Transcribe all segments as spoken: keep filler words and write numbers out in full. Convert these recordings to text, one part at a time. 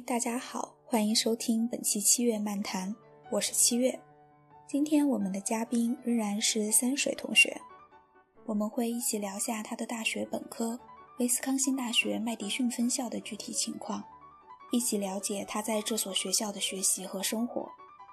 大家好，欢迎收听本期七月漫谈，我是七月。今天我们的嘉宾仍然是三水同学，我们会一起聊下他的大学本科威斯康星大学麦迪逊分校的具体情况，一起了解他在这所学校的学习和生活。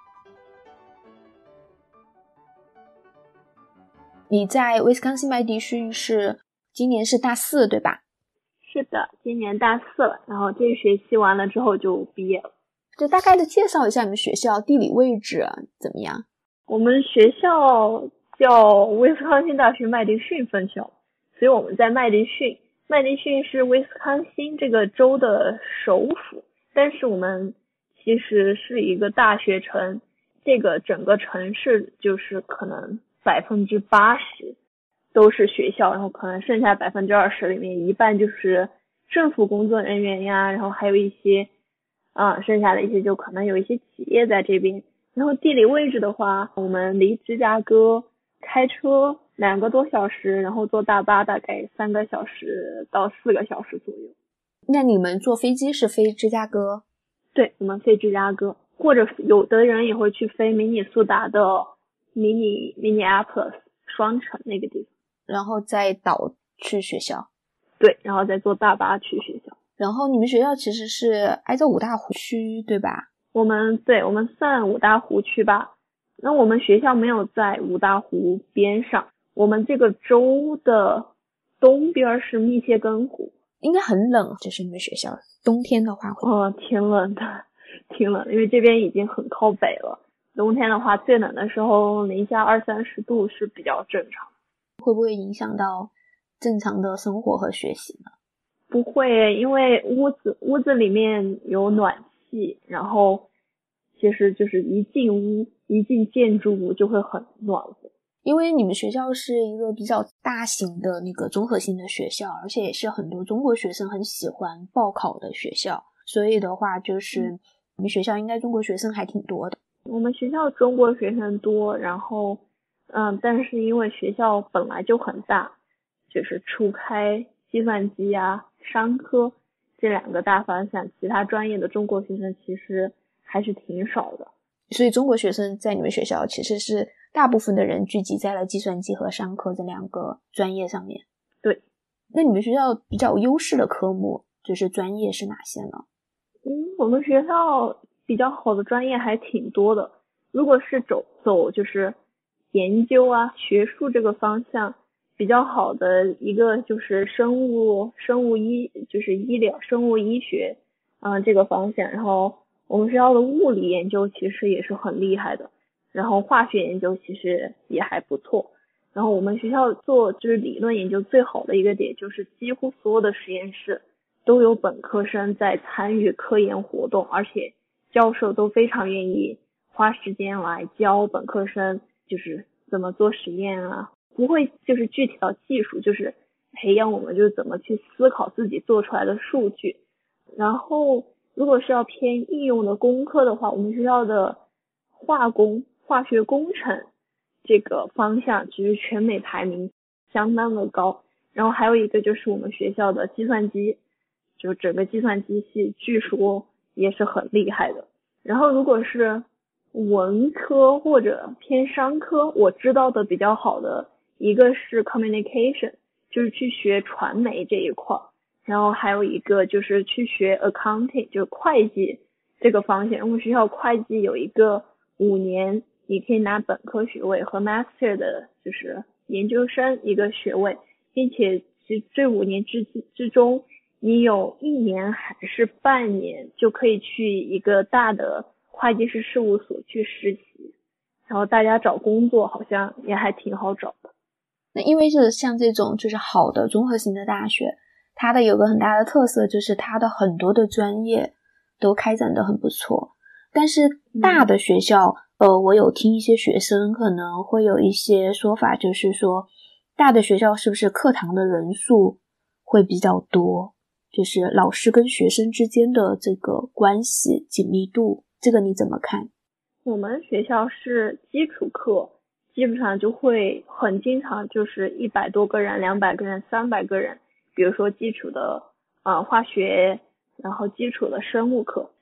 你在威斯康星麦迪逊是今年是大四对吧？ 是的，今年大四了，然后这个学期完了之后就毕业了。 就大概的介绍一下你们学校地理位置怎么样？ 我们学校叫威斯康星大学麦迪逊分校，所以我们在麦迪逊。麦迪逊是威斯康星这个州的首府，但是我们其实是一个大学城，这个整个城市就是可能百分之八十都是学校，然后可能剩下百分之二十里面一半就是政府工作人员呀，然后还有一些啊、呃，剩下的一些就可能有一些企业在这边。然后地理位置的话，我们离芝加哥开车两个多小时，然后坐大巴大概三个小时到四个小时左右。 那你们坐飞机是飞芝加哥？ 对，我们飞芝加哥，或者有的人也会去飞明尼苏达的迷你 Minneapolis 双城那个地方， 然后再倒去学校。 对，然后再坐大巴去学校。 然后你们学校其实是挨着五大湖区对吧？ 我们对，我们算五大湖区吧。那我们学校没有在五大湖边上，我们这个州的东边是密歇根湖。 应该很冷，就是你们学校冬天的话会哦，挺冷的，挺冷，因为这边已经很靠北了。冬天的话，最冷的时候零下二三十度是比较正常。 会不会影响到正常的生活和学习呢？ 不会，因为屋子屋子里面有暖气，然后其实就是一进屋一进建筑物就会很暖和。 因为你们学校是一个比较大型的那个综合性的学校，而且也是很多中国学生很喜欢报考的学校，所以的话就是你们学校应该中国学生还挺多的。 我们学校中国学生多，然后嗯，但是因为学校本来就很大，就是除开计算机啊商科这两个大方向，其他专业的中国学生其实还是挺少的。 所以中国学生在你们学校其实是大部分的人聚集在了计算机和商科这两个专业上面。 对。 那你们学校比较优势的科目就是专业是哪些呢？ 嗯，我们学校比较好的专业还挺多的。如果是走走就是研究啊学术这个方向比较好的一个就是生物生物医就是医疗生物医学啊、呃、这个方向，然后我们学校的物理研究其实也是很厉害的，然后化学研究其实也还不错。然后我们学校做就是理论研究最好的一个点就是几乎所有的实验室都有本科生在参与科研活动，而且教授都非常愿意花时间来教本科生就是怎么做实验啊，不会就是具体到技术，就是培养我们就是怎么去思考自己做出来的数据。然后如果是要偏应用的工科的话，我们学校的化工化学工程这个方向其实全美排名相当的高。然后还有一个就是我们学校的计算机，就整个计算机系据说也是很厉害的。然后如果是文科或者偏商科，我知道的比较好的一个是 communication， 就是去学传媒这一块，然后还有一个就是去学 accounting， 就是会计这个方向。我们学校会计有一个五年你可以拿本科学位和 master 的就是研究生一个学位，并且其实这五年之之中你有一年还是半年就可以去一个大的会计师事务所去实习，然后大家找工作好像也还挺好找的。 那因为是像这种就是好的综合型的大学，它的有个很大的特色就是它的很多的专业都开展得很不错。但是大的学校、嗯、呃，我有听一些学生可能会有一些说法，就是说大的学校是不是课堂的人数会比较多，就是老师跟学生之间的这个关系紧密度，这个你怎么看？ 我们学校是基础课基本上就会很经常就是一百多个人两百个人三百个人，比如说基础的呃化学，然后基础的生物课，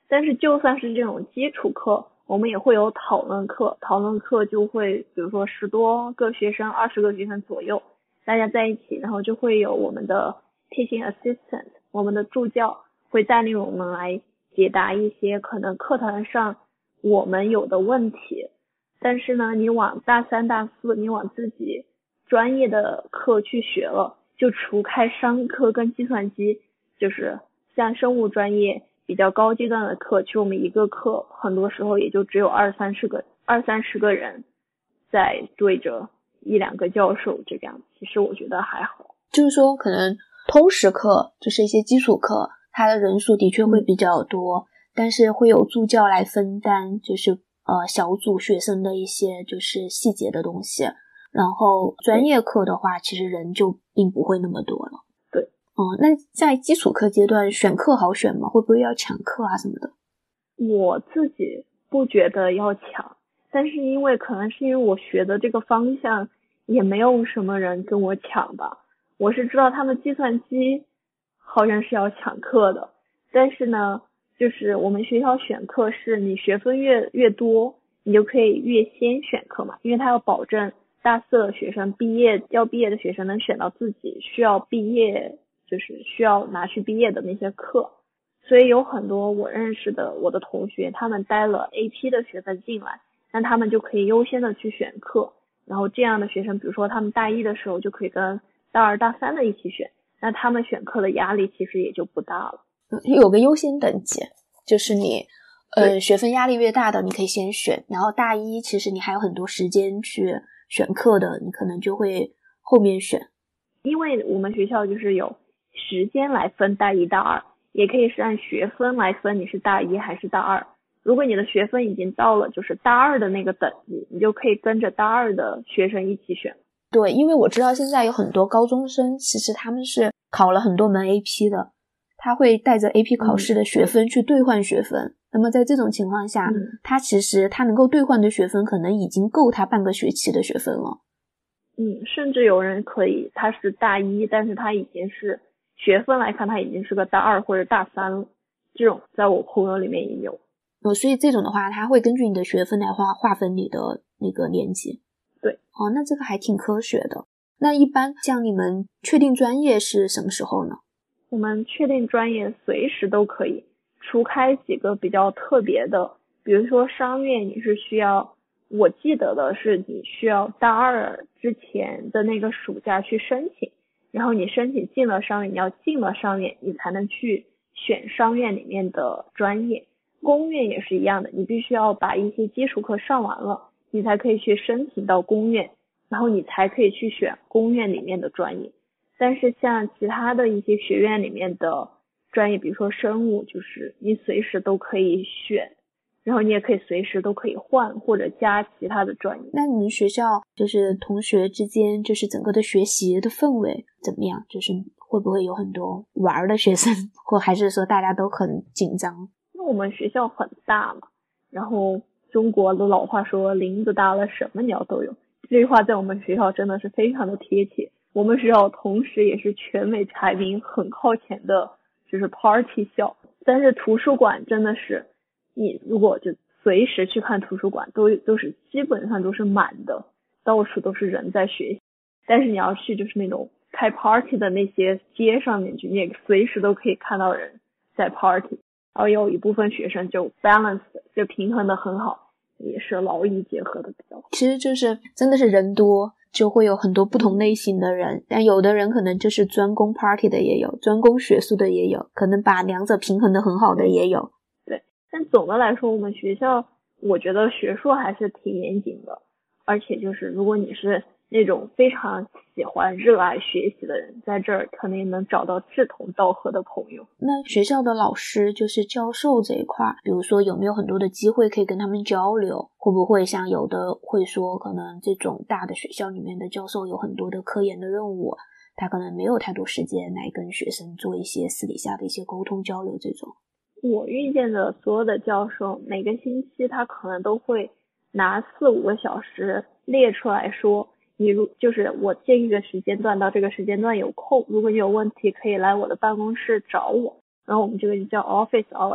但是就算是这种基础课，我们也会有讨论课，讨论课就会比如说十多个学生二十个学生左右大家在一起，然后就会有我们的 teaching assistant 我们的助教会带领我们来解答一些可能课堂上我们有的问题。但是呢你往大三大四你往自己专业的课去学了，就除开商科跟计算机，就是像生物专业比较高阶段的课，其实我们一个课很多时候也就只有二三十个二三十个人在对着一两个教授这个样子，其实我觉得还好。 就是说可能通识课就是一些基础课它的人数的确会比较多、嗯、但是会有助教来分担就是呃小组学生的一些就是细节的东西，然后专业课的话其实人就并不会那么多了。 对， 嗯，那在基础课阶段选课好选吗？会不会要抢课啊什么的？ 我自己不觉得要抢，但是因为可能是因为我学的这个方向也没有什么人跟我抢吧。我是知道他们计算机好像是要抢课的，但是呢就是我们学校选课是你学分越越多你就可以越先选课嘛，因为他要保证大四的学生毕业要毕业的学生能选到自己需要毕业就是需要拿去毕业的那些课。所以有很多我认识的我的同学他们带了 A P 的学分进来，那他们就可以优先的去选课，然后这样的学生比如说他们大一的时候就可以跟大二大三的一起选，那他们选课的压力其实也就不大了。 有个优先等级，就是你呃学分压力越大的你可以先选，然后大一其实你还有很多时间去选课的，你可能就会后面选。 因为我们学校就是有时间来分大一大二，也可以是按学分来分你是大一还是大二。如果你的学分已经到了就是大二的那个等级，你就可以跟着大二的学生一起选。 对，因为我知道现在有很多高中生其实他们是考了很多门 A P 的，他会带着 A P 考试的学分去兑换学分、嗯、那么在这种情况下、嗯、他其实他能够兑换的学分可能已经够他半个学期的学分了。 嗯，甚至有人可以他是大一但是他已经是学分来看他已经是个大二或者大三了，这种在我朋友里面也有。 哦，所以这种的话他会根据你的学分来划划分你的那个年级。 对， 哦，那这个还挺科学的。那一般像你们确定专业是什么时候呢？ 我们确定专业随时都可以，除开几个比较特别的，比如说商业你是需要，我记得的是你需要大二之前的那个暑假去申请，然后你申请进了商院，你要进了商院你才能去选商院里面的专业。公院也是一样的，你必须要把一些基础课上完了你才可以去申请到公院，然后你才可以去选公院里面的专业。但是像其他的一些学院里面的专业，比如说生物，就是你随时都可以选，然后你也可以随时都可以换或者加其他的专业。 那你们学校就是同学之间就是整个的学习的氛围怎么样？就是会不会有很多玩的学生，或还是说大家都很紧张？ 因为我们学校很大嘛，然后中国的老话说林子大了什么鸟都有，这句话在我们学校真的是非常的贴切。我们学校同时也是全美排名很靠前的就是 party 校，但是图书馆真的是你如果就随时去看图书馆都都是基本上都是满的，到处都是人在学习。但是你要去就是那种开 party 的那些街上面去，你也随时都可以看到人在 party， 然后有一部分学生就 balance 就平衡的很好，也是劳逸结合的比较好。 其实就是真的是人多就会有很多不同类型的人，但有的人可能就是专攻 party 的也有，专攻学术的也有，可能把两者平衡的很好的也有。 对，但总的来说我们学校我觉得学术还是挺严谨的，而且就是如果你是那种非常喜欢热爱学习的人，在这儿可能也能找到志同道合的朋友。 那学校的老师就是教授这一块，比如说有没有很多的机会可以跟他们交流？会不会像有的会说可能这种大的学校里面的教授有很多的科研的任务，他可能没有太多时间来跟学生做一些私底下的一些沟通交流这种？ 我遇见的所有的教授每个星期他可能都会拿四五个小时列出来说，你如就是我这一个时间段到这个时间段有空，如果你有问题可以来我的办公室找我，然后我们这个就叫 office hour 了。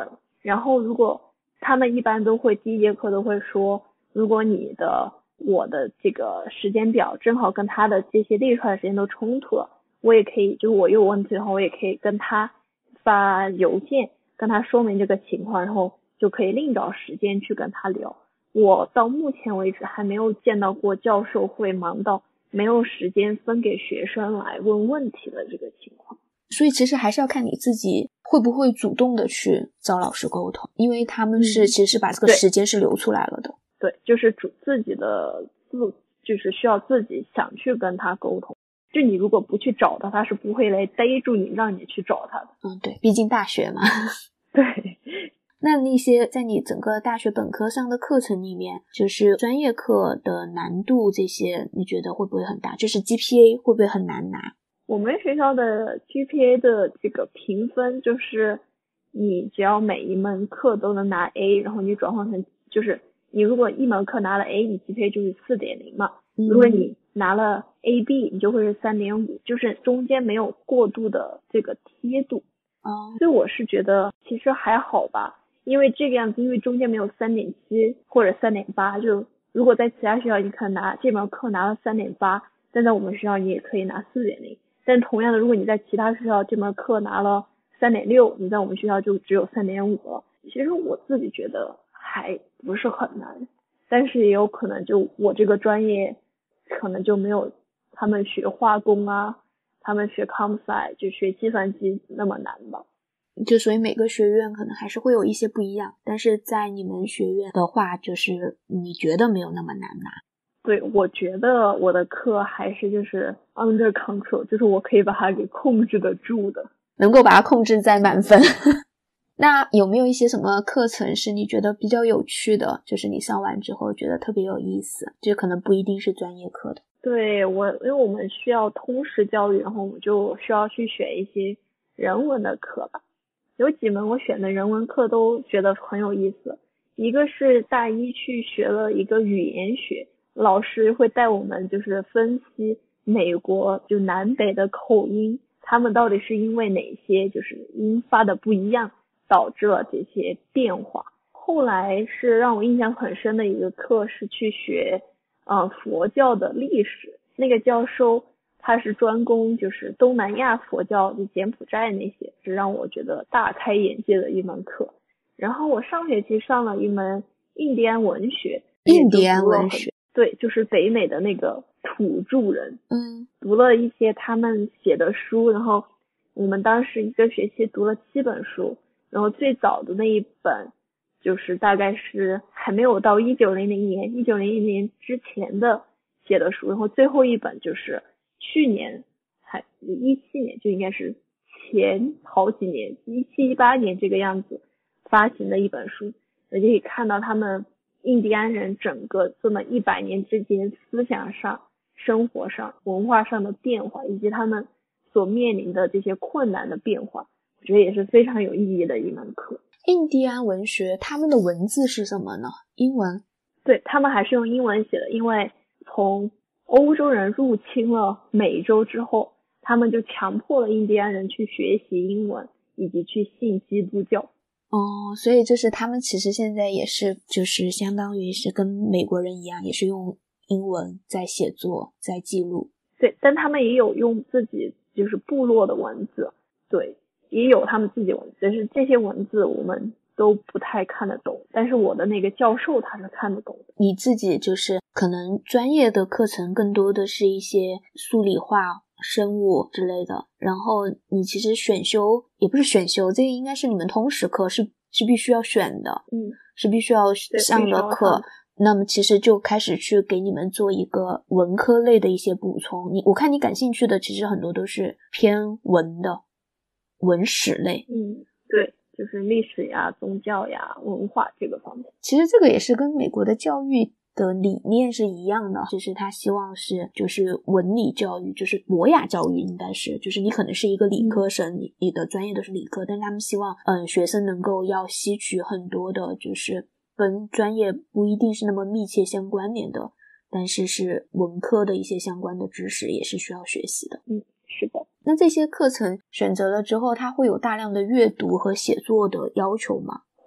然后如果他们一般都会第一节课都会说，如果你的我的这个时间表正好跟他的这些列出来的时间都冲突了，我也可以，就我有问题的话，我也可以跟他发邮件跟他说明这个情况，然后就可以另找时间去跟他聊。我到目前为止还没有见到过教授会忙到没有时间分给学生来问问题的这个情况。 所以其实还是要看你自己会不会主动的去找老师沟通，因为他们是、嗯、其实是把这个时间是留出来了的。 对，就是主自己的自就是需要自己想去跟他沟通，就你如果不去找他，他是不会来逮住你让你去找他的。 嗯，对，毕竟大学嘛。 对。 那那些在你整个大学本科上的课程里面，就是专业课的难度这些你觉得会不会很大，就是 G P A 会不会很难拿？ 我们学校的 G P A 的这个评分就是你只要每一门课都能拿 A， 然后你转换成就是你如果一门课拿了 A， 你 G P A 就是 四点零 嘛、嗯、如果你拿了 A B 你就会是 三点五， 就是中间没有过度的这个贴度。 哦， 所以我是觉得其实还好吧，因为这个样子，因为中间没有 三点七 或者 三点八， 就如果在其他学校你可能拿这门课拿了 三点八， 但在我们学校你也可以拿 四点零， 但同样的如果你在其他学校这门课拿了 三点六， 你在我们学校就只有 三点五 了。其实我自己觉得还不是很难，但是也有可能就我这个专业可能就没有他们学化工啊，他们学 comsci 就学计算机那么难吧。 就所以每个学院可能还是会有一些不一样，但是在你们学院的话，就是你觉得没有那么难拿。 对，我觉得我的课还是就是 under control， 就是我可以把它给控制得住的， 能够把它控制在满分。那有没有一些什么课程是你觉得比较有趣的，就是你上完之后觉得特别有意思，这可能不一定是专业课的？ 对，我因为我们需要通识教育，然后我们就需要去选一些人文的课吧。有几门我选的人文课都觉得很有意思，一个是大一去学了一个语言学，老师会带我们就是分析美国就南北的口音，他们到底是因为哪些就是音发的不一样导致了这些变化。后来是让我印象很深的一个课是去学呃佛教的历史，那个教授他是专攻就是东南亚佛教，就柬埔寨那些，是让我觉得大开眼界的一门课。然后我上学期上了一门印第安文学。 印第安文学？ 对，就是北美的那个土著人。 嗯， 读了一些他们写的书，然后我们当时一个学期读了七本书，然后最早的那一本就是大概是还没有到一九零零年一九零零年之前的写的书，然后最后一本就是去年还一七年，就应该是前好几年一七一八年这个样子发行的一本书，我就可以看到他们印第安人整个这么一百年之间思想上、生活上、文化上的变化，以及他们所面临的这些困难的变化，我觉得也是非常有意义的一门课。 印第安文学他们的文字是什么呢？英文？ 对，他们还是用英文写的，因为从欧洲人入侵了美洲之后，他们就强迫了印第安人去学习英文以及去信基督教。 哦，所以就是他们其实现在也是就是相当于是跟美国人一样，也是用英文在写作在记录。 对，但他们也有用自己就是部落的文字，对，也有他们自己文字，但是这些文字我们都不太看得懂，但是我的那个教授他是看得懂的。 你自己就是可能专业的课程更多的是一些数理化、生物之类的，然后你其实选修也不是选修，这个应该是你们通识课是是必须要选的， 嗯， 是必须要上的课。那么其实就开始去给你们做一个文科类的一些补充。你我看你感兴趣的其实很多都是偏文的，文史类。 嗯，对，就是历史呀、宗教呀、文化这个方面。 其实这个也是跟美国的教育的理念是一样的，就是他希望是就是文理教育，就是博雅教育，应该是就是你可能是一个理科生，你你的专业都是理科，但他们希望嗯学生能够要吸取很多的就是跟专业不一定是那么密切相关联的，但是是文科的一些相关的知识也是需要学习的。 嗯，是的。 那这些课程选择了之后，它会有大量的阅读和写作的要求吗？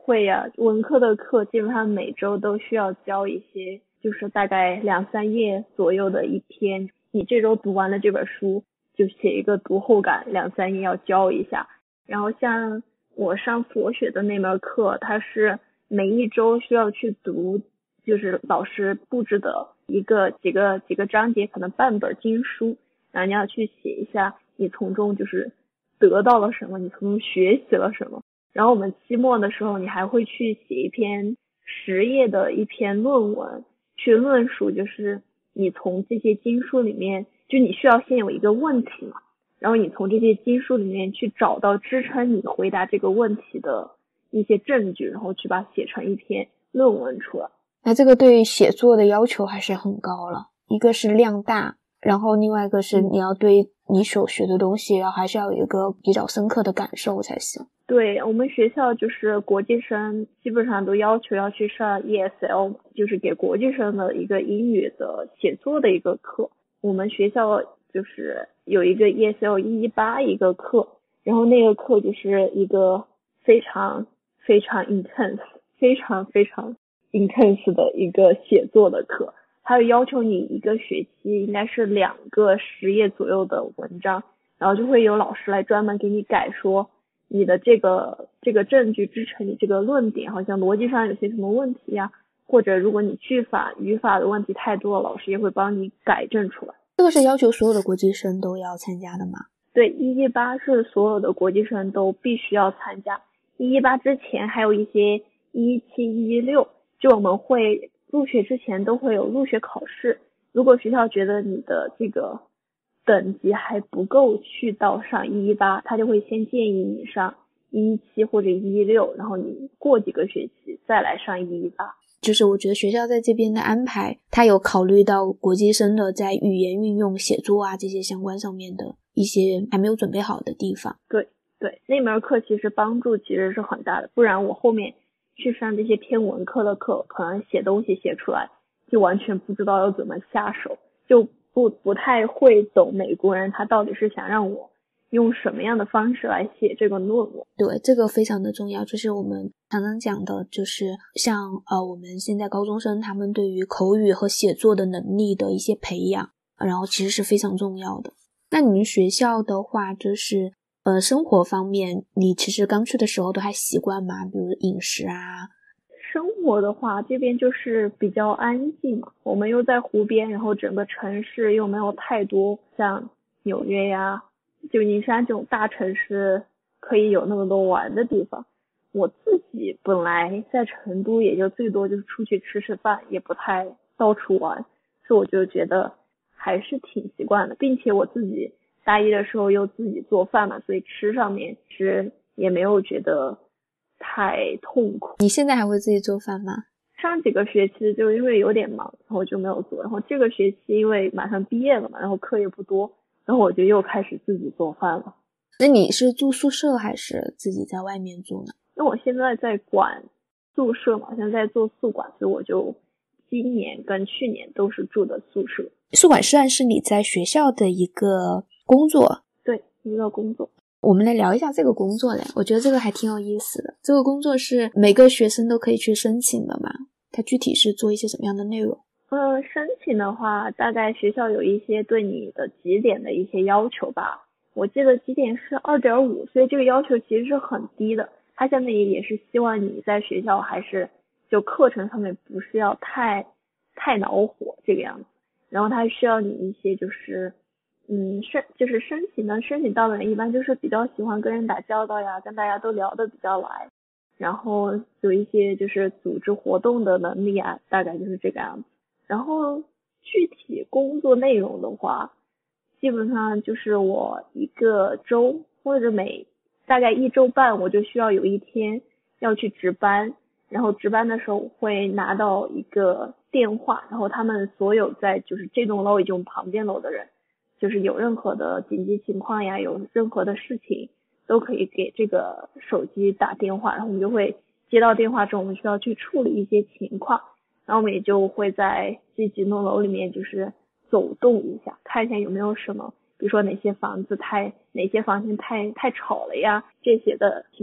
会呀、啊，文科的课基本上每周都需要交一些，就是大概两三页左右的一篇。你这周读完了这本书，就写一个读后感，两三页要交一下。然后像我上佛学的那门课，它是每一周需要去读，就是老师布置的一个几个几个章节，可能半本经书，然后你要去写一下你从中就是得到了什么，你从中学习了什么。然后我们期末的时候，你还会去写一篇十页的一篇论文，去论述就是你从这些经书里面，就你需要先有一个问题嘛，然后你从这些经书里面去找到支撑你回答这个问题的一些证据，然后去把它写成一篇论文出来。 那这个对于写作的要求还是很高了，一个是量大，然后另外一个是你要对你所学的东西还是要有一个比较深刻的感受才行。 对，我们学校就是国际生基本上都要求要去上 E S L， 就是给国际生的一个英语的写作的一个课。我们学校就是有一个 E S L 一一八一个课，然后那个课就是一个非常非常 intense 非常非常 intense 的一个写作的课，它要求你一个学期应该是两个十页左右的文章，然后就会有老师来专门给你改说你的这个这个证据支撑你这个论点，好像逻辑上有些什么问题呀、啊，或者如果你句法语法的问题太多，老师也会帮你改正出来。 这个是要求所有的国际生都要参加的吗？ 对，一一八是所有的国际生都必须要参加。一一八之前还有一些一一七、一一六，就我们会入学之前都会有入学考试。如果学校觉得你的这个等级还不够去到上一一八，他就会先建议你上一一七或者一一六，然后你过几个学期再来上一一八。 就是我觉得学校在这边的安排，他有考虑到国际生的在语言运用、写作啊这些相关上面的一些还没有准备好的地方。 对对，那门课其实帮助其实是很大的，不然我后面去上这些偏文科的课，可能写东西写出来就完全不知道要怎么下手，就不不太会懂美国人他到底是想让我用什么样的方式来写这个论文。 对，这个非常的重要，就是我们常常讲的，就是像呃我们现在高中生他们对于口语和写作的能力的一些培养，然后其实是非常重要的。那你们学校的话，就是呃生活方面，你其实刚去的时候都还习惯吗？比如饮食啊。 生活的话，这边就是比较安静嘛，我们又在湖边，然后整个城市又没有太多像纽约呀、旧金山这种大城市可以有那么多玩的地方。我自己本来在成都也就最多就是出去吃吃饭，也不太到处玩，所以我就觉得还是挺习惯的，并且我自己大一的时候又自己做饭嘛，所以吃上面其实也没有觉得太痛苦。 你现在还会自己做饭吗？ 上几个学期就因为有点忙，然后就没有做，然后这个学期因为马上毕业了嘛，然后课也不多，然后我就又开始自己做饭了。 那你是住宿舍还是自己在外面住呢？ 因为我现在在管宿舍嘛，现在在做宿管，所以我就今年跟去年都是住的宿舍。 宿管算是你在学校的一个工作？ 对，一个工作。 我们来聊一下这个工作嘞，我觉得这个还挺有意思的。这个工作是每个学生都可以去申请的嘛？它具体是做一些什么样的内容？ 呃，申请的话，大概学校有一些对你的绩点的一些要求吧。我记得绩点是 二点五， 所以这个要求其实是很低的。它下面也是希望你在学校还是就课程上面不是要太太恼火这个样子。然后它需要你一些就是嗯申就是申请呢，申请到的人一般就是比较喜欢跟人打交道呀，跟大家都聊得比较来，然后有一些就是组织活动的能力啊，大概就是这个样子。然后具体工作内容的话，基本上就是我一个周或者每大概一周半我就需要有一天要去值班，然后值班的时候会拿到一个电话，然后他们所有在就是这栋楼以及我们旁边楼的人，就是有任何的紧急情况呀，有任何的事情都可以给这个手机打电话，然后我们就会接到电话之后，我们需要去处理一些情况，然后我们也就会在这几栋楼里面就是走动一下，看一下有没有什么，比如说哪些房子太哪些房间太太吵了呀，这些的情况。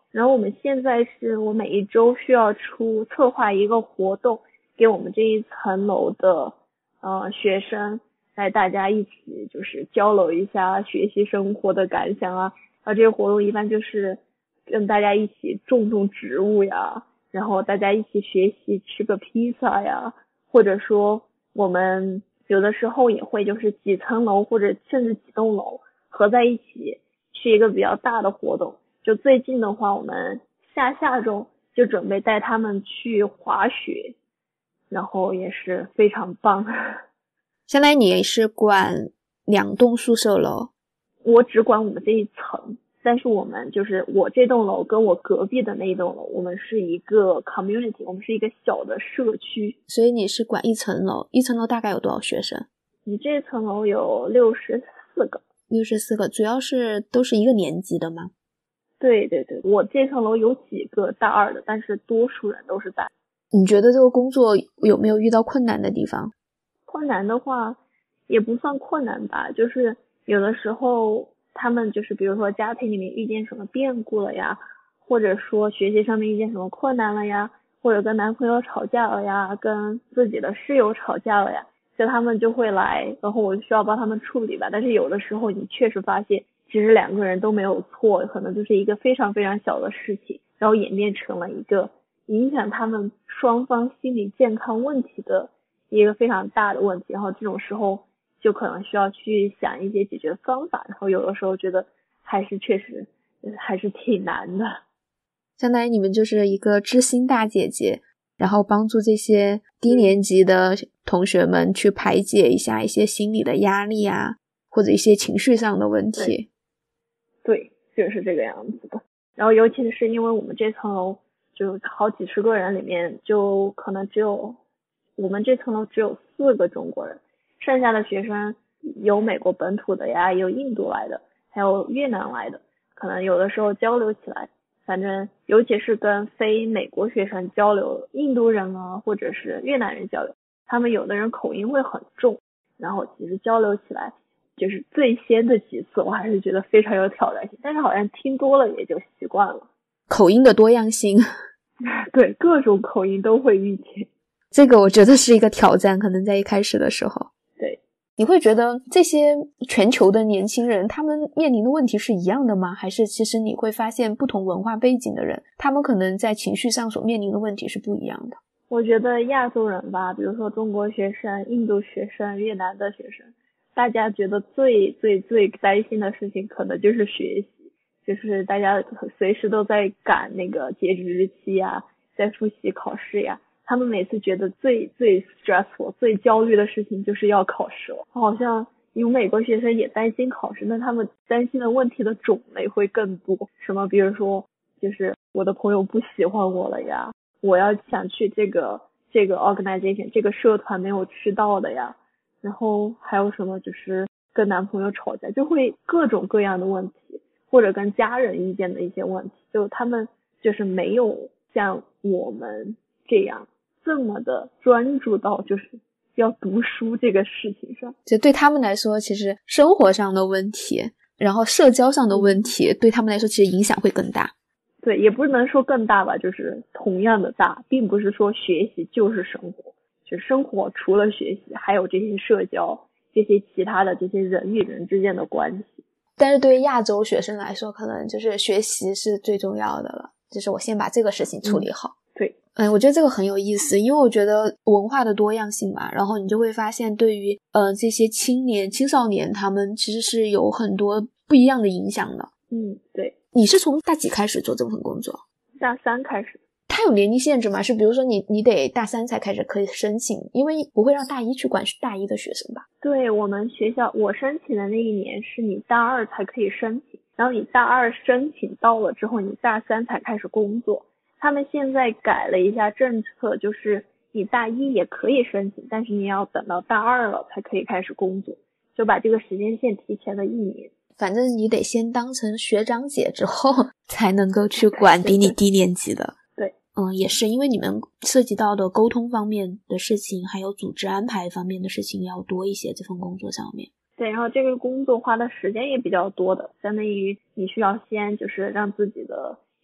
然后我们现在是我每一周需要出策划一个活动，给我们这一层楼的呃学生，来大家一起就是交流一下学习生活的感想啊。然后这个活动一般就是跟大家一起种种植物呀，然后大家一起学习吃个披萨呀，或者说我们有的时候也会就是几层楼或者甚至几栋楼合在一起去一个比较大的活动。就最近的话，我们下下周就准备带他们去滑雪，然后也是非常棒。 相当于你是管两栋宿舍楼？ 我只管我们这一层，但是我们就是我这栋楼跟我隔壁的那一栋楼，我们是一个 community， 我们是一个小的社区。 所以你是管一层楼，一层楼大概有多少学生？ 你这层楼有六十四个。 六十四个，主要是都是一个年级的吗？ 对对对，我这层楼有几个大二的，但是多数人都是大。 你觉得这个工作有没有遇到困难的地方？ 困难的话也不算困难吧，就是有的时候他们就是比如说家庭里面遇见什么变故了呀，或者说学习上面遇见什么困难了呀，或者跟男朋友吵架了呀，跟自己的室友吵架了呀，就他们就会来，然后我需要帮他们处理吧。但是有的时候你确实发现其实两个人都没有错，可能就是一个非常非常小的事情，然后演变成了一个影响他们双方心理健康问题的一个非常大的问题，然后这种时候就可能需要去想一些解决方法，然后有的时候觉得还是确实还是挺难的。 相当于你们就是一个知心大姐姐，然后帮助这些低年级的同学们去排解一下一些心理的压力啊，或者一些情绪上的问题。 对，就是这个样子的。然后尤其是因为我们这层楼就好几十个人里面，就可能只有我们这层楼只有四个中国人，剩下的学生有美国本土的呀，有印度来的，还有越南来的，可能有的时候交流起来，反正尤其是跟非美国学生交流，印度人啊或者是越南人交流，他们有的人口音会很重，然后其实交流起来就是最先的几次我还是觉得非常有挑战性，但是好像听多了也就习惯了。 口音的多样性对，各种口音都会遇见， 这个我觉得是一个挑战，可能在一开始的时候。 对， 你会觉得这些全球的年轻人他们面临的问题是一样的吗？还是其实你会发现不同文化背景的人，他们可能在情绪上所面临的问题是不一样的？ 我觉得亚洲人吧，比如说中国学生、印度学生、越南的学生，大家觉得最最最担心的事情可能就是学习，就是大家随时都在赶那个截止日期呀，在复习考试呀，他们每次觉得最最 stressful 最焦虑的事情就是要考试了。好像有美国学生也担心考试，那他们担心的问题的种类会更多，什么比如说就是我的朋友不喜欢我了呀，我要想去这个这个 organization 这个社团没有去到的呀，然后还有什么就是跟男朋友吵架，就会各种各样的问题，或者跟家人意见的一些问题，就他们就是没有像我们这样这么的专注到就是要读书这个事情上。 就对他们来说，其实生活上的问题，然后社交上的问题，对他们来说其实影响会更大。 对，也不能说更大吧，就是同样的大，并不是说学习就是生活，就生活除了学习还有这些社交，这些其他的这些人与人之间的关系。 但是对于亚洲学生来说，可能就是学习是最重要的了，就是我先把这个事情处理好。 嗯、对， 嗯，我觉得这个很有意思，因为我觉得文化的多样性嘛，然后你就会发现对于呃这些青年青少年他们其实是有很多不一样的影响的。 嗯，对。 你是从大几开始做这份工作？ 大三开始。 它有年龄限制吗？是比如说你你得大三才开始可以申请，因为不会让大一去管大一的学生吧？ 对，我们学校我申请的那一年是你大二才可以申请，然后你大二申请到了之后你大三才开始工作。他们现在改了一下政策，就是你大一也可以申请，但是你要等到大二了才可以开始工作，就把这个时间线提前了一年。 反正你得先当成学长姐之后才能够去管比你低年级的。 对， 嗯，也是因为你们涉及到的沟通方面的事情还有组织安排方面的事情要多一些，这份工作上面。 对，然后这个工作花的时间也比较多的，相当于你需要先就是让自己的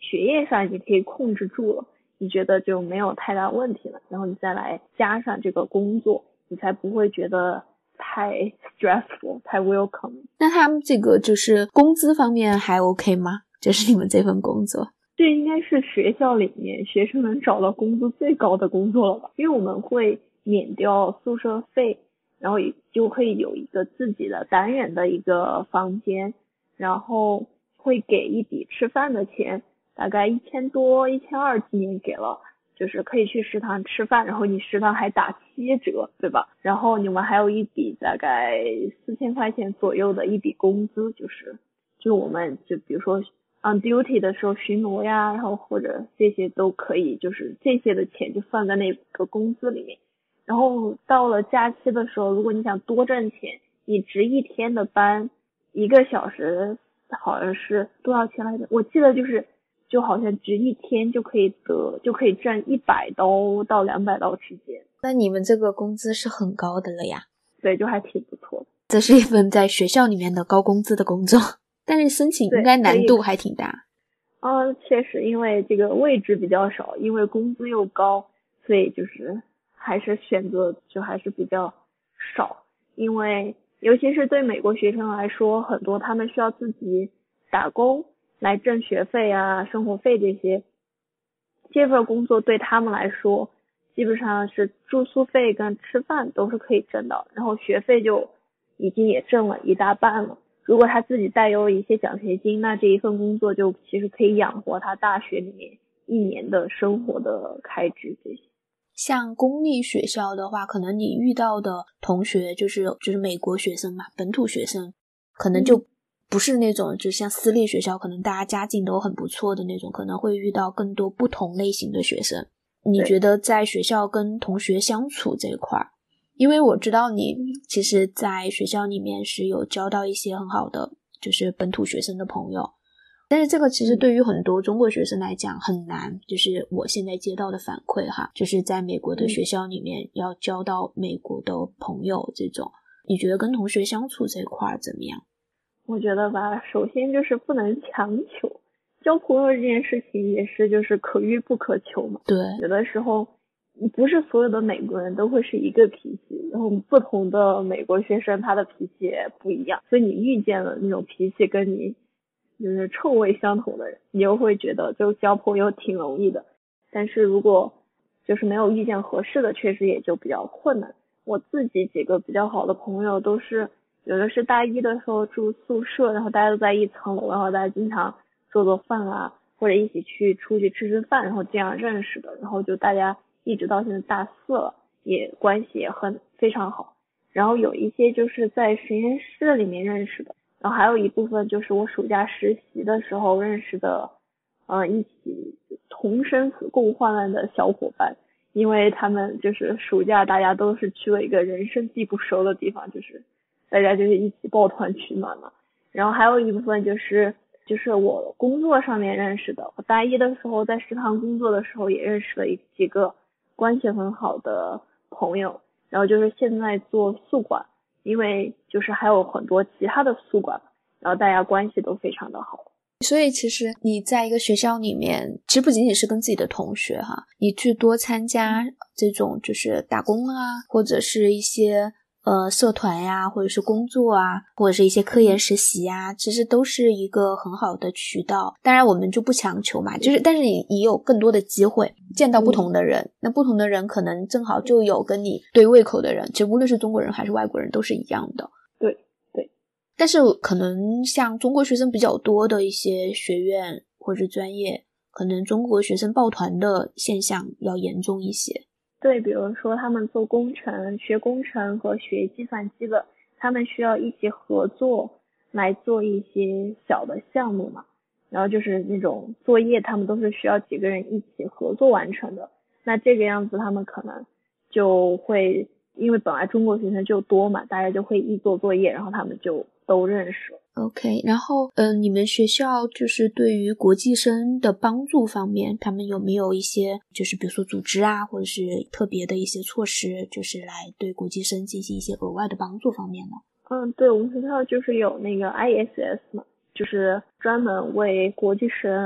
学业上已经可以控制住了，你觉得就没有太大问题了，然后你再来加上这个工作，你才不会觉得太 stressful 太 welcome。 那他们这个就是工资方面还 OK 吗？就是你们这份工作？ 这应该是学校里面学生能找到工资最高的工作了吧，因为我们会免掉宿舍费，然后就可以有一个自己的单人的一个房间，然后会给一笔吃饭的钱，大概一千多一千二今年给了，就是可以去食堂吃饭，然后你食堂还打七折，对吧？然后你们还有一笔大概四千块钱左右的一笔工资，就是就我们就比如说on duty 的时候巡逻呀，然后或者这些都可以，就是这些的钱就算在那个工资里面。然后到了假期的时候，如果你想多挣钱，你值一天的班，一个小时好像是多少钱来着？我记得就是就好像值一天就可以得就可以挣一百刀到两百刀之间。 那你们这个工资是很高的了呀？ 对，就还挺不错的。 这是一份在学校里面的高工资的工作，但是申请应该难度还挺大。 嗯，确实，因为这个位置比较少，因为工资又高，所以就是还是选择就还是比较少。因为尤其是对美国学生来说，很多他们需要自己打工来挣学费啊、生活费这些。这份工作对他们来说，基本上是住宿费跟吃饭都是可以挣到，然后学费就已经也挣了一大半了。如果他自己带有一些奖学金，那这一份工作就其实可以养活他大学里面一年的生活的开支这些。 像公立学校的话，可能你遇到的同学就是就是美国学生嘛，本土学生，可能就不是那种、嗯、就像私立学校可能大家家境都很不错的那种，可能会遇到更多不同类型的学生。你觉得在学校跟同学相处这一块，因为我知道你其实在学校里面是有交到一些很好的就是本土学生的朋友，但是这个其实对于很多中国学生来讲很难，就是我现在接到的反馈哈，就是在美国的学校里面要交到美国的朋友这种，你觉得跟同学相处这一块怎么样？ 我觉得吧，首先就是不能强求，交朋友这件事情也是就是可遇不可求嘛。 对， 有的时候不是所有的美国人都会是一个脾气，然后不同的美国学生他的脾气也不一样，所以你遇见了那种脾气跟你就是臭味相同的人，你又会觉得就交朋友挺容易的。但是如果就是没有遇见合适的，确实也就比较困难。我自己几个比较好的朋友都是有的是大一的时候住宿舍，然后大家都在一层楼，然后大家经常做做饭啊，或者一起去出去吃吃饭，然后这样认识的，然后就大家一直到现在大四了，也关系也很非常好。然后有一些就是在实验室里面认识的，然后还有一部分就是我暑假实习的时候认识的，呃，一起同生死共患难的小伙伴。因为他们就是暑假大家都是去了一个人生地不熟的地方，就是大家就是一起抱团取暖嘛。然后还有一部分就是就是我工作上面认识的，我大一的时候在食堂工作的时候也认识了一几个关系很好的朋友，然后就是现在做宿管，因为就是还有很多其他的宿管，然后大家关系都非常的好。 所以其实你在一个学校里面，其实不仅仅是跟自己的同学哈，你去多参加这种就是打工啊，或者是一些呃社团呀，或者是工作啊，或者是一些科研实习啊，其实都是一个很好的渠道。当然我们就不强求嘛，就是但是你你有更多的机会见到不同的人，那不同的人可能正好就有跟你对胃口的人，其实无论是中国人还是外国人都是一样的。 对。 但是可能像中国学生比较多的一些学院或者专业，可能中国学生抱团的现象要严重一些。 对，比如说他们做工程，学工程和学计算机的，他们需要一起合作来做一些小的项目嘛，然后就是那种作业他们都是需要几个人一起合作完成的。那这个样子他们可能就会因为本来中国学生就多嘛，大家就会一做作业，然后他们就都认识。 OK， 然后嗯、呃，你们学校就是对于国际生的帮助方面，他们有没有一些就是比如说组织啊，或者是特别的一些措施，就是来对国际生进行一些额外的帮助方面呢？ 嗯，对，我们学校就是有那个 I S S 嘛，就是专门为国际生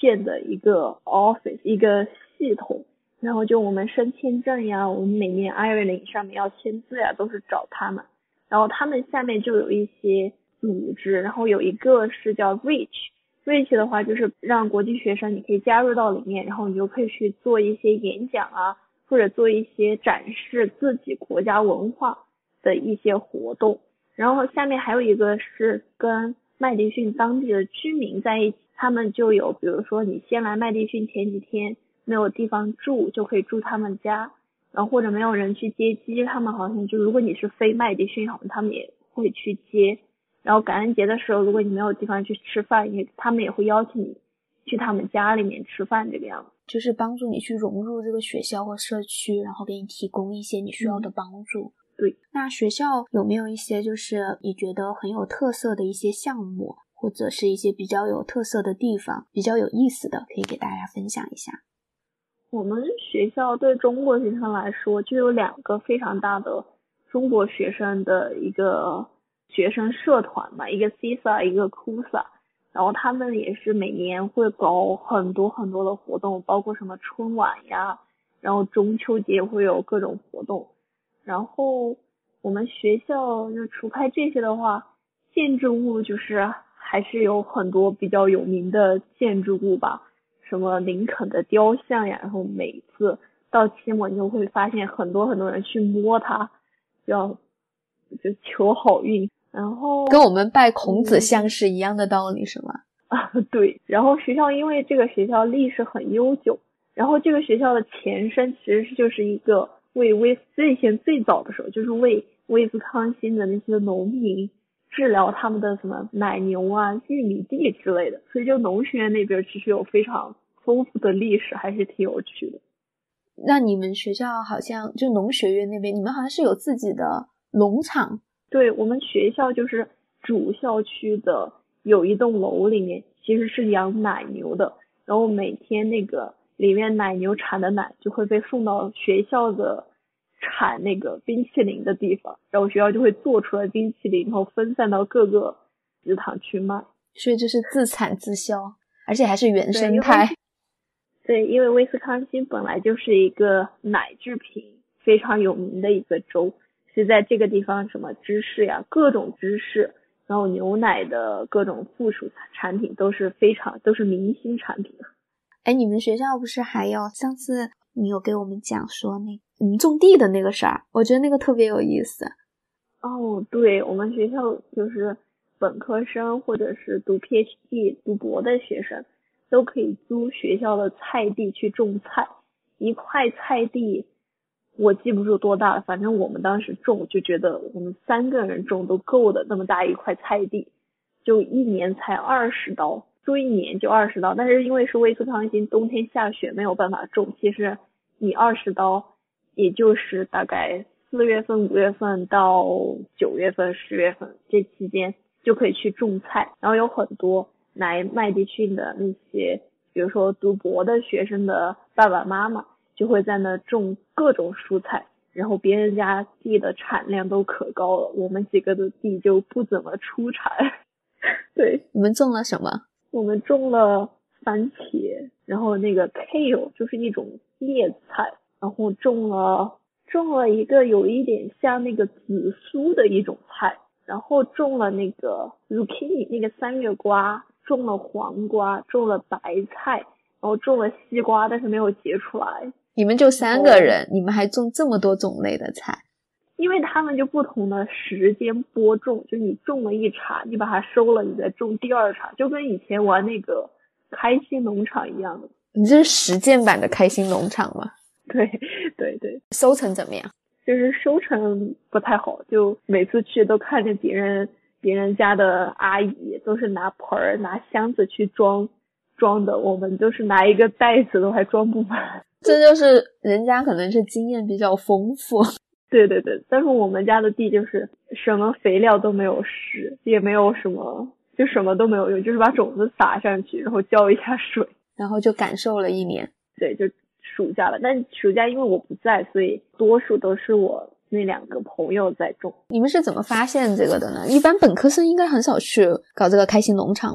建的一个 office 一个系统，然后就我们申签证呀，我们每年 I 二零上面要签字呀，都是找他们。然后他们下面就有一些组织，然后有一个是叫 Reach Reach 的话就是让国际学生你可以加入到里面，然后你就可以去做一些演讲啊，或者做一些展示自己国家文化的一些活动。然后下面还有一个是跟麦迪逊当地的居民在一起，他们就有比如说你先来麦迪逊前几天没有地方住，就可以住他们家，然后或者没有人去接机，他们好像就如果你是非麦迪逊，好像他们也会去接。然后感恩节的时候，如果你没有地方去吃饭，也他们也会邀请你去他们家里面吃饭，这个样子。 就是帮助你去融入这个学校或社区，然后给你提供一些你需要的帮助。 嗯、对。 那学校有没有一些就是你觉得很有特色的一些项目，或者是一些比较有特色的地方，比较有意思的，可以给大家分享一下？ 我们学校对中国学生来说就有两个非常大的中国学生的一个学生社团嘛，一个 C I S A 一个 C U S A， 然后他们也是每年会搞很多很多的活动，包括什么春晚呀，然后中秋节会有各种活动。然后我们学校就除开这些的话，建筑物就是还是有很多比较有名的建筑物吧，什么林肯的雕像呀，然后每次到期末你就会发现很多很多人去摸它，要就求好运。然后跟我们拜孔子像是一样的道理、嗯、是吗？ 啊，对。然后学校因为这个学校历史很悠久，然后这个学校的前身其实就是一个为威最先最早的时候就是为威斯康星的那些农民治疗他们的什么奶牛啊、玉米地之类的，所以就农学院那边其实有非常丰富的历史，还是挺有趣的。 那你们学校好像就农学院那边，你们好像是有自己的农场？ 对，我们学校就是主校区的有一栋楼里面其实是养奶牛的，然后每天那个里面奶牛产的奶就会被送到学校的产那个冰淇淋的地方，然后学校就会做出来冰淇淋，然后分散到各个食堂去卖。 所以就是自产自销，而且还是原生态。 对，因为威斯康星本来就是一个奶制品非常有名的一个州，是在这个地方什么芝士呀，各种芝士，然后牛奶的各种附属产品都是非常都是明星产品。 哎，你们学校不是还有上次你有给我们讲说那你们种地的那个事儿，我觉得那个特别有意思。 哦，对，我们学校就是本科生或者是读 P H D 读博的学生都可以租学校的菜地去种菜，一块菜地我记不住多大了，反正我们当时种就觉得我们三个人种都够的，那么大一块菜地，就一年才二十刀，租一年就二十刀，但是因为是威斯康星冬天下雪没有办法种，其实你二十刀也就是大概四月份五月份到九月份十月份这期间就可以去种菜，然后有很多来麦迪逊的那些比如说读博的学生的爸爸妈妈就会在那种各种蔬菜，然后别人家地的产量都可高了，我们几个的地就不怎么出产。对， 你们种了什么？ 我们种了番茄，然后那个 kale 就是一种叶菜，然后种了种了一个有一点像那个紫苏的一种菜，然后种了那个 zucchini 那个三月瓜，种了黄瓜，种了白菜，然后种了西瓜，但是没有结出来。 你们就三个人，你们还种这么多种类的菜？ 因为他们就不同的时间播种，就你种了一茬，你把它收了，你再种第二茬，就跟以前玩那个开心农场一样的。 你这是实践版的开心农场吗？ 对对对。 收成怎么样？ 就是收成不太好，就每次去都看着别人别人家的阿姨都是拿盆儿拿箱子去装装的，我们都是拿一个袋子都还装不满。 这就是人家可能是经验比较丰富。 对对对，但是我们家的地就是什么肥料都没有施，也没有什么，就什么都没有用，就是把种子撒上去，然后浇一下水， 然后就感受了一年。 对，就暑假了。但暑假因为我不在，所以多数都是我那两个朋友在种。 你们是怎么发现这个的呢？一般本科生应该很少去搞这个开心农场吧？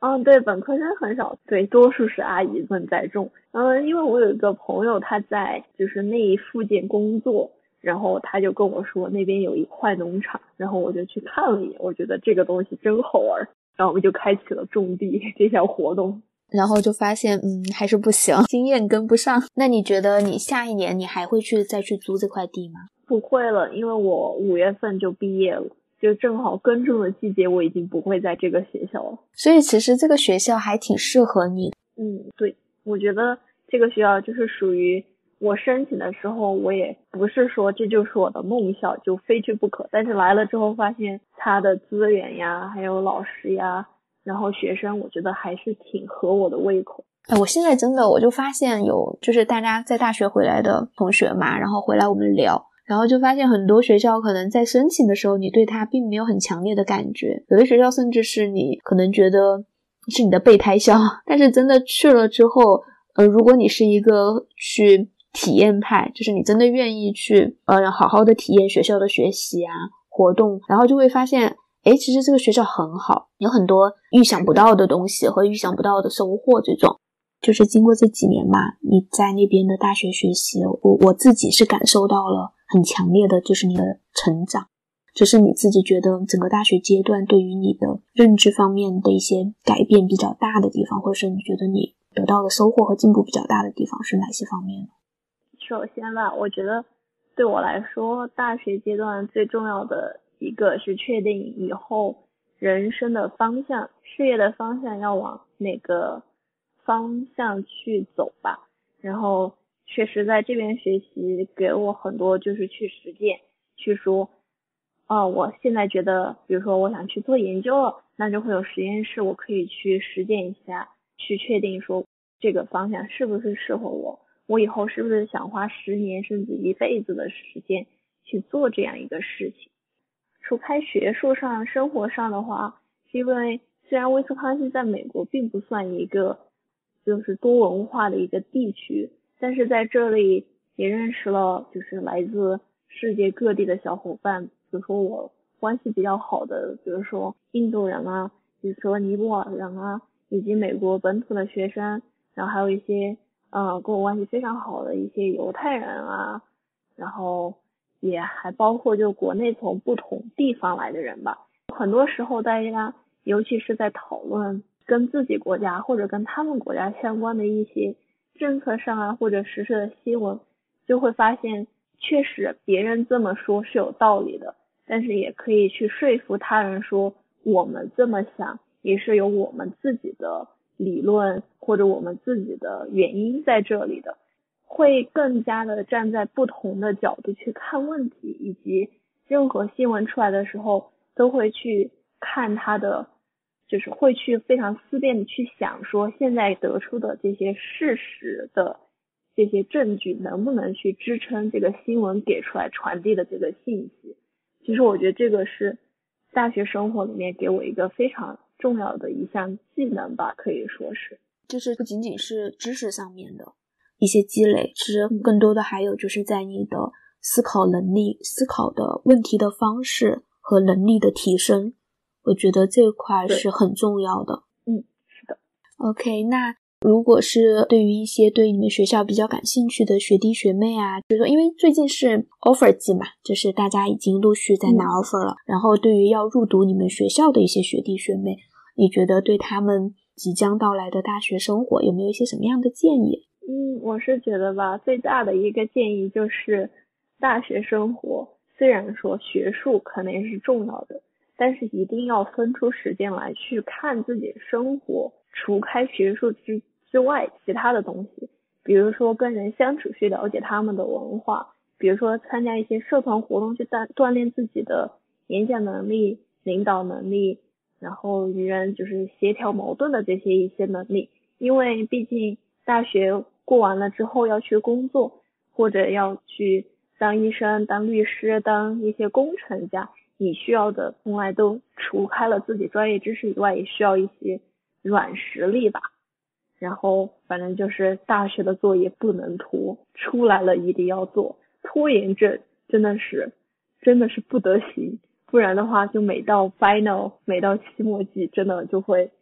嗯，对，本科生很少，对，多数是阿姨们在种。嗯，因为我有一个朋友，他在就是那一附近工作，然后他就跟我说那边有一块农场，然后我就去看了一眼，我觉得这个东西真好玩，然后我们就开启了种地这项活动。 然后就发现嗯还是不行，经验跟不上。那你觉得你下一年你还会去再去租这块地吗？ 不会了，因为我五月份就毕业了，就正好耕种的季节，我已经不会在这个学校了。 所以其实这个学校还挺适合你的。 嗯，对，我觉得这个学校就是属于我申请的时候，我也不是说这就是我的梦校就非去不可，但是来了之后发现它的资源呀还有老师呀然后学生，我觉得还是挺合我的胃口。 哎，我现在真的我就发现有就是大家在大学回来的同学嘛，然后回来我们聊，然后就发现很多学校可能在申请的时候你对它并没有很强烈的感觉，有的学校甚至是你可能觉得是你的备胎校，但是真的去了之后呃，如果你是一个去体验派，就是你真的愿意去呃好好的体验学校的学习啊活动，然后就会发现诶，其实这个学校很好，有很多预想不到的东西和预想不到的收获。这种就是经过这几年嘛，你在那边的大学学习，我我自己是感受到了很强烈的就是你的成长，就是你自己觉得整个大学阶段对于你的认知方面的一些改变比较大的地方，或者是你觉得你得到的收获和进步比较大的地方是哪些方面呢？ 首先吧，我觉得对我来说大学阶段最重要的一个是确定以后人生的方向，事业的方向要往哪个方向去走吧。然后确实在这边学习给我很多就是去实践，去说哦，我现在觉得比如说我想去做研究了，那就会有实验室我可以去实践一下，去确定说这个方向是不是适合我，我以后是不是想花十年甚至一辈子的时间去做这样一个事情。除开学术上生活上的话，是因为虽然威斯康星在美国并不算一个就是多文化的一个地区，但是在这里也认识了就是来自世界各地的小伙伴，比如说我关系比较好的比如说印度人啊，比如说尼泊尔人啊，以及美国本土的学生，然后还有一些呃跟我关系非常好的一些犹太人啊，然后也还包括就国内从不同地方来的人吧。很多时候大家尤其是在讨论跟自己国家或者跟他们国家相关的一些政策上啊或者实施的新闻，就会发现确实别人这么说是有道理的，但是也可以去说服他人说我们这么想也是有我们自己的理论或者我们自己的原因在这里的，会更加的站在不同的角度去看问题，以及任何新闻出来的时候都会去看它的，就是会去非常思辨的去想说现在得出的这些事实的这些证据能不能去支撑这个新闻给出来传递的这个信息。其实我觉得这个是大学生活里面给我一个非常重要的一项技能吧，可以说是就是不仅仅是知识上面的一些积累，其实更多的还有就是在你的思考能力、思考的问题的方式和能力的提升，我觉得这块是很重要的。 嗯，是的。 OK， 那如果是对于一些对你们学校比较感兴趣的学弟学妹啊，就是说因为最近是 offer 季嘛，就是大家已经陆续在拿 offer 了、嗯、然后对于要入读你们学校的一些学弟学妹，你觉得对他们即将到来的大学生活有没有一些什么样的建议？ 嗯，我是觉得吧，最大的一个建议就是大学生活虽然说学术肯定是重要的，但是一定要分出时间来去看自己生活除开学术之之外其他的东西，比如说跟人相处去了解他们的文化，比如说参加一些社团活动去锻锻炼自己的演讲能力、领导能力，然后与人就是协调矛盾的这些一些能力。因为毕竟大学过完了之后要去工作，或者要去当医生、当律师、当一些工程家，你需要的从来都除开了自己专业知识以外，也需要一些软实力吧。然后反正就是大学的作业不能拖，出来了一定要做，拖延症真的是真的是不得行，不然的话就每到 final 每到期末季真的就会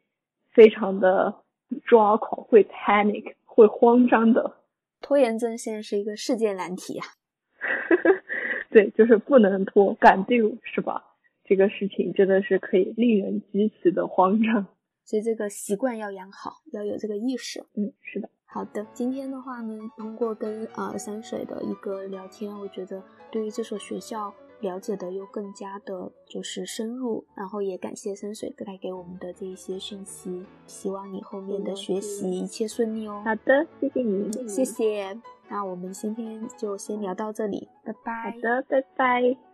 非常的抓狂，会 panic， 会慌张的。 拖延症现在是一个世界难题啊。 对，就是不能拖，赶 due 是吧？这个事情真的是可以令人极其的慌张， 所以这个习惯要养好，要有这个意识。 嗯，是的。 好的，今天的话呢，通过跟呃山水的一个聊天，我觉得对于这所学校了解的又更加的就是深入，然后也感谢山水带给我们的这一些讯息，希望你后面的学习一切顺利哦。 好的，谢谢你， 谢谢。那我们今天就先聊到这里，拜拜。 好的，拜拜。